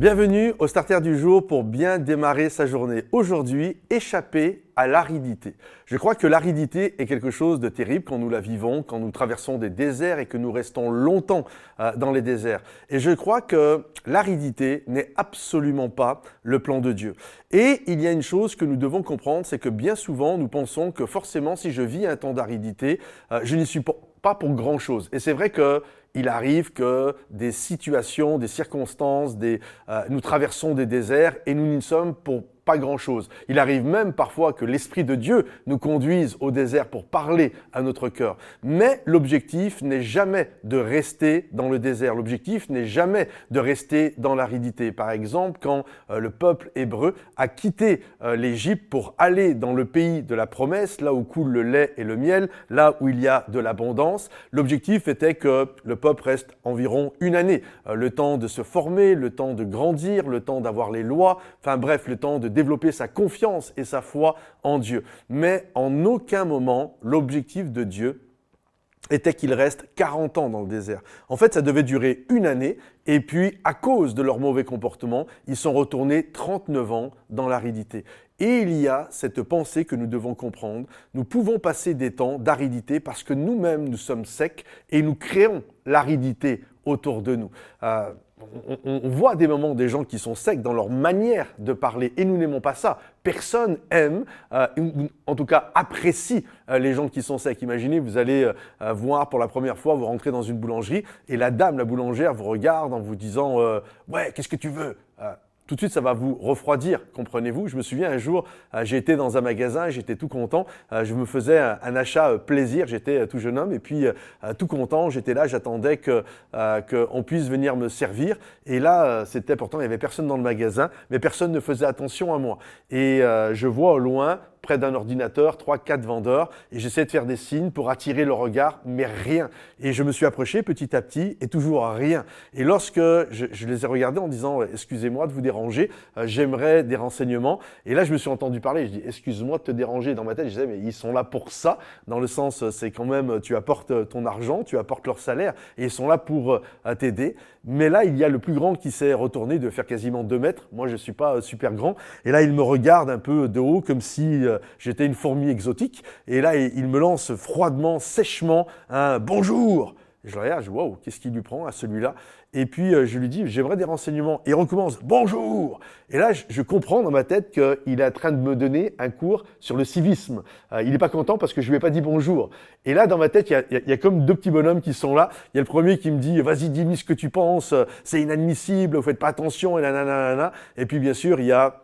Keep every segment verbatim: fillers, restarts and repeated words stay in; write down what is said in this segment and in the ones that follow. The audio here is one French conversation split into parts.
Bienvenue au Starter du jour pour bien démarrer sa journée. Aujourd'hui, échapper à l'aridité. Je crois que l'aridité est quelque chose de terrible quand nous la vivons, quand nous traversons des déserts et que nous restons longtemps euh, dans les déserts. Et je crois que l'aridité n'est absolument pas le plan de Dieu. Et il y a une chose que nous devons comprendre, c'est que bien souvent, nous pensons que forcément, si je vis un temps d'aridité, euh, je n'y suis pas pour grand-chose. Et c'est vrai que il arrive que des situations, des circonstances, des, euh, nous traversons des déserts et nous n'y sommes pour pas grand-chose. Il arrive même parfois que l'Esprit de Dieu nous conduise au désert pour parler à notre cœur. Mais l'objectif n'est jamais de rester dans le désert. L'objectif n'est jamais de rester dans l'aridité. Par exemple, quand euh, le peuple hébreu a quitté euh, l'Égypte pour aller dans le pays de la promesse, là où coule le lait et le miel, là où il y a de l'abondance, l'objectif était que le peuple reste environ une année. Euh, le temps de se former, le temps de grandir, le temps d'avoir les lois, enfin bref, le temps de développer sa confiance et sa foi en Dieu. Mais en aucun moment, l'objectif de Dieu était qu'il reste quarante ans dans le désert. En fait, ça devait durer une année et puis, à cause de leur mauvais comportement, ils sont retournés trente-neuf ans dans l'aridité. Et il y a cette pensée que nous devons comprendre. Nous pouvons passer des temps d'aridité parce que nous-mêmes, nous sommes secs et nous créons l'aridité autour de nous. Euh, On, on voit des moments des gens qui sont secs dans leur manière de parler et nous n'aimons pas ça. Personne aime, euh, ou en tout cas apprécie euh, les gens qui sont secs. Imaginez, vous allez euh, voir pour la première fois, vous rentrez dans une boulangerie et la dame, la boulangère, vous regarde en vous disant euh, « Ouais, qu'est-ce que tu veux euh, ?» Tout de suite, ça va vous refroidir, comprenez-vous. Je me souviens un jour, euh, j'ai été dans un magasin, j'étais tout content. Euh, je me faisais un, un achat euh, plaisir, j'étais euh, tout jeune homme et puis euh, tout content. J'étais là, j'attendais que euh, qu'on puisse venir me servir. Et là, euh, c'était pourtant, il y avait personne dans le magasin, mais personne ne faisait attention à moi. Et euh, je vois au loin, près d'un ordinateur, trois, quatre vendeurs, et j'essaie de faire des signes pour attirer le regard, mais rien. Et je me suis approché petit à petit, et toujours rien. Et lorsque je, je les ai regardés en disant « Excusez-moi de vous déranger, euh, j'aimerais des renseignements », et là je me suis entendu parler, je dis « Excuse-moi de te déranger ». Dans ma tête, je disais « Mais ils sont là pour ça », dans le sens, c'est quand même, tu apportes ton argent, tu apportes leur salaire, et ils sont là pour euh, t'aider. Mais là, il y a le plus grand qui s'est retourné de faire quasiment deux mètres. Moi, je ne suis pas euh, super grand. Et là, il me regarde un peu de haut, comme si euh, j'étais une fourmi exotique. Et là, il me lance froidement, sèchement un « bonjour ». Je le regarde, je dis « wow, qu'est-ce qu'il lui prend à celui-là ?» Et puis, euh, je lui dis « j'aimerais des renseignements ». Et il recommence « bonjour ». Et là, je, je comprends dans ma tête qu'il est en train de me donner un cours sur le civisme. Euh, il n'est pas content parce que je lui ai pas dit bonjour. Et là, dans ma tête, il y a, il y a, il y a comme deux petits bonhommes qui sont là. Il y a le premier qui me dit « vas-y, dis-moi ce que tu penses, c'est inadmissible, vous faites pas attention ». Et, nanana. Et puis, bien sûr, il y a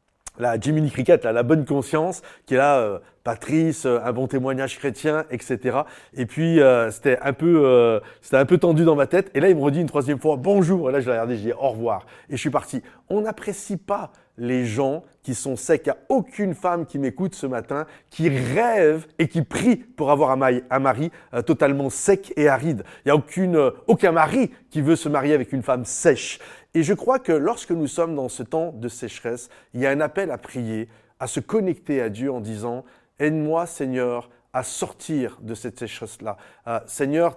la Jiminy Cricket, là, la bonne conscience, qui est là, euh, Patrice, euh, un bon témoignage chrétien, et cetera. Et puis, euh, c'était un peu euh, c'était un peu tendu dans ma tête. Et là, il me redit une troisième fois « bonjour ». Et là, je l'ai regardé, je dis « au revoir ». Et je suis parti. On n'apprécie pas les gens qui sont secs. Il n'y a aucune femme qui m'écoute ce matin qui rêve et qui prie pour avoir un mari, un mari euh, totalement sec et aride. Il n'y a aucune, euh, aucun mari qui veut se marier avec une femme sèche. Et je crois que lorsque nous sommes dans ce temps de sécheresse, il y a un appel à prier, à se connecter à Dieu en disant « Aide-moi, Seigneur, à sortir de cette sécheresse-là. Euh, Seigneur,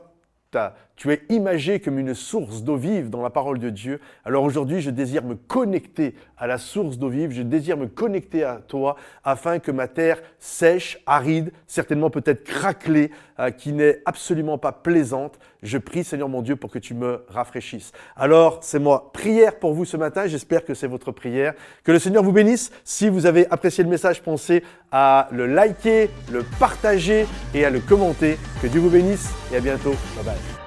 tu es imagé comme une source d'eau vive dans la parole de Dieu. Alors aujourd'hui, je désire me connecter à la source d'eau vive. Je désire me connecter à toi afin que ma terre sèche, aride, certainement peut-être craquelée, euh, qui n'est absolument pas plaisante. Je prie, Seigneur mon Dieu, pour que tu me rafraîchisses. Alors, c'est moi. Prière pour vous ce matin. J'espère que c'est votre prière. Que le Seigneur vous bénisse. Si vous avez apprécié le message, pensez à le liker, le partager et à le commenter. Que Dieu vous bénisse et à bientôt. Bye bye.